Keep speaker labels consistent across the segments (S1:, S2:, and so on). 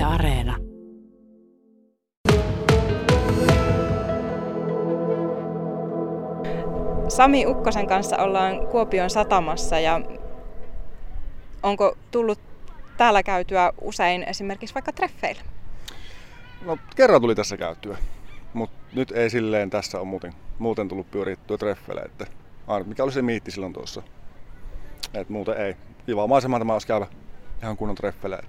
S1: Areena.
S2: Sami Ukkosen kanssa ollaan Kuopion satamassa ja onko tullut täällä käytyä usein esimerkiksi vaikka treffeillä?
S3: No kerran tuli tässä käytyä, mutta nyt ei silleen tässä on muuten tullut pyörittyä treffeillä, että mikä oli se miitti silloin tuossa. Et muuten ei. Kivaa maisemaa tämä olisi käydä ihan kunnon treffeillä.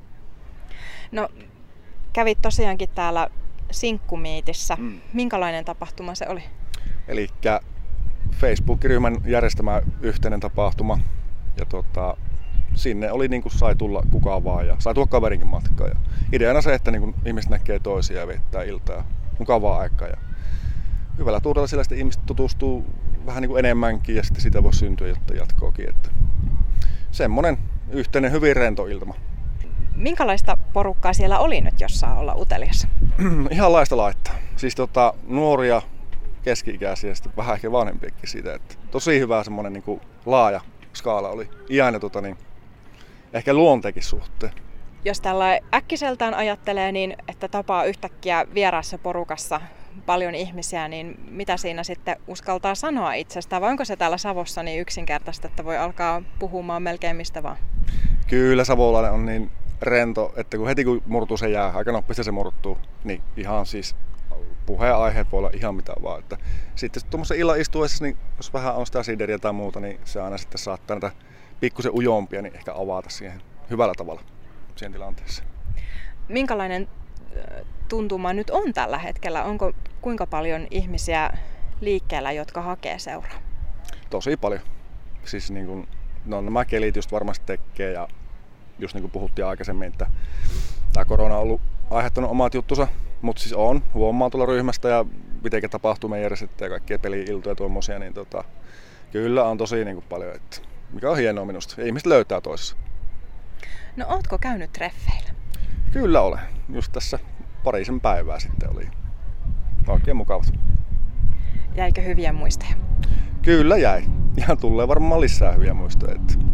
S2: No kävit tosiaankin täällä Sinkkumiitissä. Minkälainen tapahtuma se oli?
S3: Elikkä Facebook-ryhmän järjestämä yhteinen tapahtuma. Ja sinne oli niin kuin sai tulla kukaan vaan ja sai tuoda kaverinkin matkaan. Ja ideana se, että niin kuin ihmiset näkee toisia ja viettää iltaa mukavaa aikaa. Ja hyvällä tuurella sillä sitten ihmiset tutustuu vähän niin kuin enemmänkin ja sitten sitä voi syntyä jotta jatkoakin. Että semmoinen yhteinen hyvin rento iltama.
S2: Minkälaista porukkaa siellä oli nyt, jos saa olla utelias?
S3: Ihan laista laittaa. Siis nuoria, keski-ikäisiä ja sitten vähän ehkä vanhempiakin siitä. Että tosi hyvä semmoinen niin kuin laaja skaala oli. Iän ja ehkä luonteenkin suhteen.
S2: Jos tällä äkkiseltään ajattelee niin, että tapaa yhtäkkiä vieraassa porukassa paljon ihmisiä, niin mitä siinä sitten uskaltaa sanoa itsestään? Vai onko se täällä Savossa niin yksinkertaista, että voi alkaa puhumaan melkein mistä vaan? Kyllä
S3: savolainen on niin rento, että kun murtuu se jää, aika nopeasti se murtuu, niin ihan siis puheenaiheet voi olla ihan mitä vaan. Että sitten tuommoisen illan istuessa, niin jos vähän on sitä siideriä tai muuta, niin se aina sitten saattaa näitä pikkusen ujompia niin ehkä avata siihen hyvällä tavalla siihen tilanteessa.
S2: Minkälainen tuntuma nyt on tällä hetkellä? Onko kuinka paljon ihmisiä liikkeellä, jotka hakee seuraa?
S3: Tosi paljon. Siis niin kun, nämä kelit just varmasti tekee ja just niin kuin puhuttiin aikaisemmin, että tämä korona on ollut aiheuttanut omat juttusa, mutta siis huomaa tulla ryhmästä ja miten tapahtumia järjestetään ja kaikkia peli-iltoja ja tuommoisia, niin kyllä on tosi niin kuin paljon, että mikä on hienoa minusta. Ihmiset löytää toisessa.
S2: No ootko käynyt treffeillä?
S3: Kyllä olen. Just tässä parisen päivää sitten oli oikein mukavat.
S2: Jäikö hyviä muistoja?
S3: Kyllä jäi. Ja tulee varmaan lisää hyviä muistoja.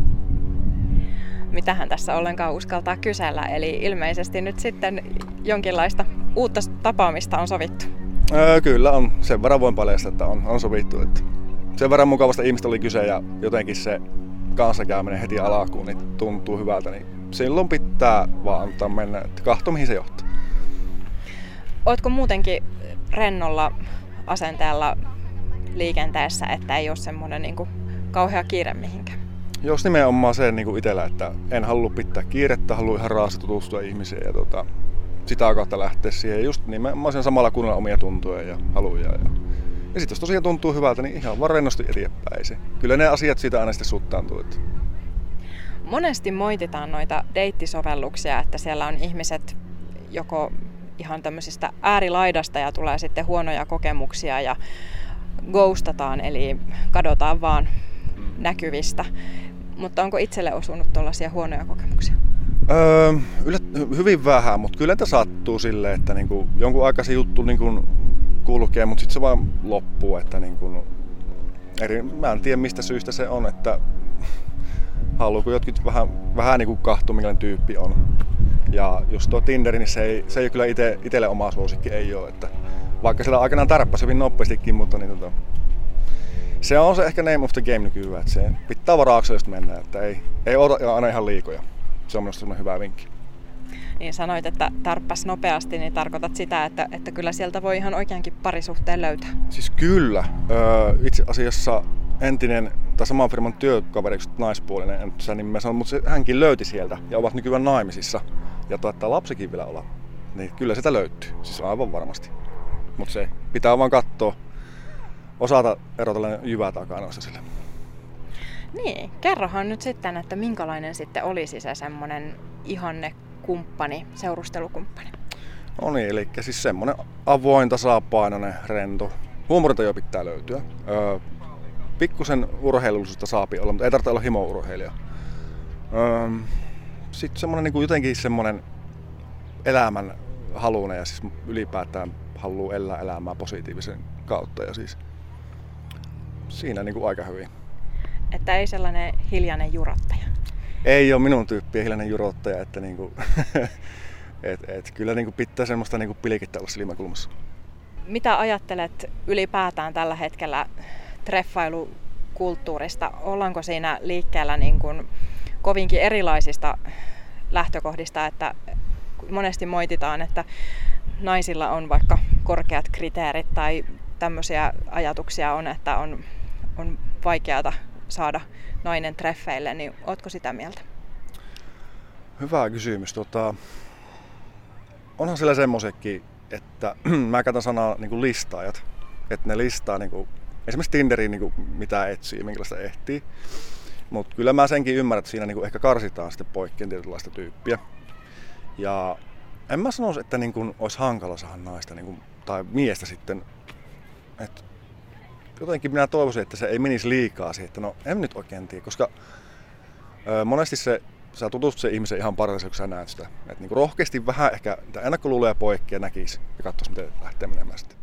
S2: Mitähän tässä ollenkaan uskaltaa kysellä, eli ilmeisesti nyt sitten jonkinlaista uutta tapaamista on sovittu.
S3: Kyllä on. Sen verran voin paljastaa, että on sovittu. Että sen verran mukavasta ihmistä oli kyse ja jotenkin se kanssakäyminen heti alkuun niin tuntuu hyvältä. Niin silloin pitää vaan antaa mennä, että katso mihin se johtaa.
S2: Ootko muutenkin rennolla asenteella liikenteessä, että ei ole semmoinen niin kuin kauhea kiire mihinkään?
S3: Jos nimenomaan se niin kuin itsellä, että en halua pitää kiirettä, haluan ihan raasti tutustua ihmisiin ja sitä kautta lähteä siihen just nimenomaan sen samalla kuunnella omia tuntuja ja haluja. Ja sitten jos tosiaan tuntuu hyvältä, niin ihan vaan rennosti eteenpäin. Kyllä ne asiat siitä aina sitten suttaantuu.
S2: Monesti moititaan noita deittisovelluksia, että siellä on ihmiset joko ihan tämmöisistä äärilaidasta ja tulee sitten huonoja kokemuksia ja ghostataan, eli kadotaan vaan näkyvistä. Mutta onko itselle osunut tuollaisia huonoja kokemuksia?
S3: Hyvin vähän, mutta kyllä tämä sattuu silleen, että niinku jonkun aikaa se juttu niinku kulkee, mutta sitten se vaan loppuu. Että niinku, mä en tiedä mistä syystä se on, että haluuko jotkut vähän niinku kahtua, millainen tyyppi on. Ja just tuo Tinder, niin se ei ole kyllä itselle oma suosikki, ei ole. Että vaikka siellä aikanaan tärppäsi hyvin nopeastikin, mutta niin se on se ehkä name of the game nykyään, että se pitää varauksellisesti mennä, että ei odota aina ihan liikoja. Se on minusta semmoinen hyvä vinkki.
S2: Niin sanoit, että tarppas nopeasti, niin tarkoitat sitä, että kyllä sieltä voi ihan oikeankin parisuhteen löytää?
S3: Siis kyllä. Itse asiassa entinen tai saman firman työkaveri, naispuolinen, en saa nimeä sanoa, mutta hänkin löyti sieltä ja ovat nykyään naimisissa. Ja taitaa lapsikin vielä olla. Niin kyllä sitä löytyy, siis aivan varmasti. Mutta se pitää vaan katsoa, osata erotella jyvää takanoista sille.
S2: Niin, kerrohan nyt sitten, että minkälainen sitten olisi se semmoinen ihanne kumppani, seurustelukumppani?
S3: No niin, eli siis semmoinen avoin, tasapainoinen, rento. Huumorintaju pitää löytyä. Pikkusen urheilullisuutta saapi olla, mutta ei tarvitse olla himourheilija. Sitten semmoinen niin kuin jotenkin semmoinen elämän haluinen ja siis ylipäätään haluaa elää elämää positiivisen kautta ja siis siinä niin kuin aika hyvin.
S2: Että ei sellainen hiljainen jurottaja?
S3: Ei ole minun tyyppiä hiljainen jurottaja, että niin kuin Kyllä niin kuin pitää semmoista niin kuin pilkittä olla silmäkulmassa.
S2: Mitä ajattelet ylipäätään tällä hetkellä treffailukulttuurista? Ollaanko siinä liikkeellä niin kuin kovinkin erilaisista lähtökohdista, että monesti moititaan, että naisilla on vaikka korkeat kriteerit tai tämmöisiä ajatuksia on, että on vaikeata saada nainen treffeille, niin ootko sitä mieltä?
S3: Hyvä kysymys. Onhan siellä semmoisetkin, että mä käytän sanaa niin kuin listaajat, että ne listaa niin kuin, esimerkiksi Tinderiin niin kuin, mitä etsii, minkälaista ehtii. Mutta kyllä mä senkin ymmärrän, että siinä niin kuin ehkä karsitaan sitten poikkeen tietynlaista tyyppiä. Ja en mä sanoisi, että niin kuin olisi hankala saada naista niin kuin, tai miestä sitten. Et jotenkin minä toivoisin, että se ei menisi liikaa siihen, että no en nyt oikein tiedä, koska monesti sä tutustut sen ihmisen ihan parhaiten, kun sä näet sitä. Että niin rohkeasti vähän ehkä ennakkoluuloja poikki ja näkisi ja katsoisi, miten lähtee menemään sitten.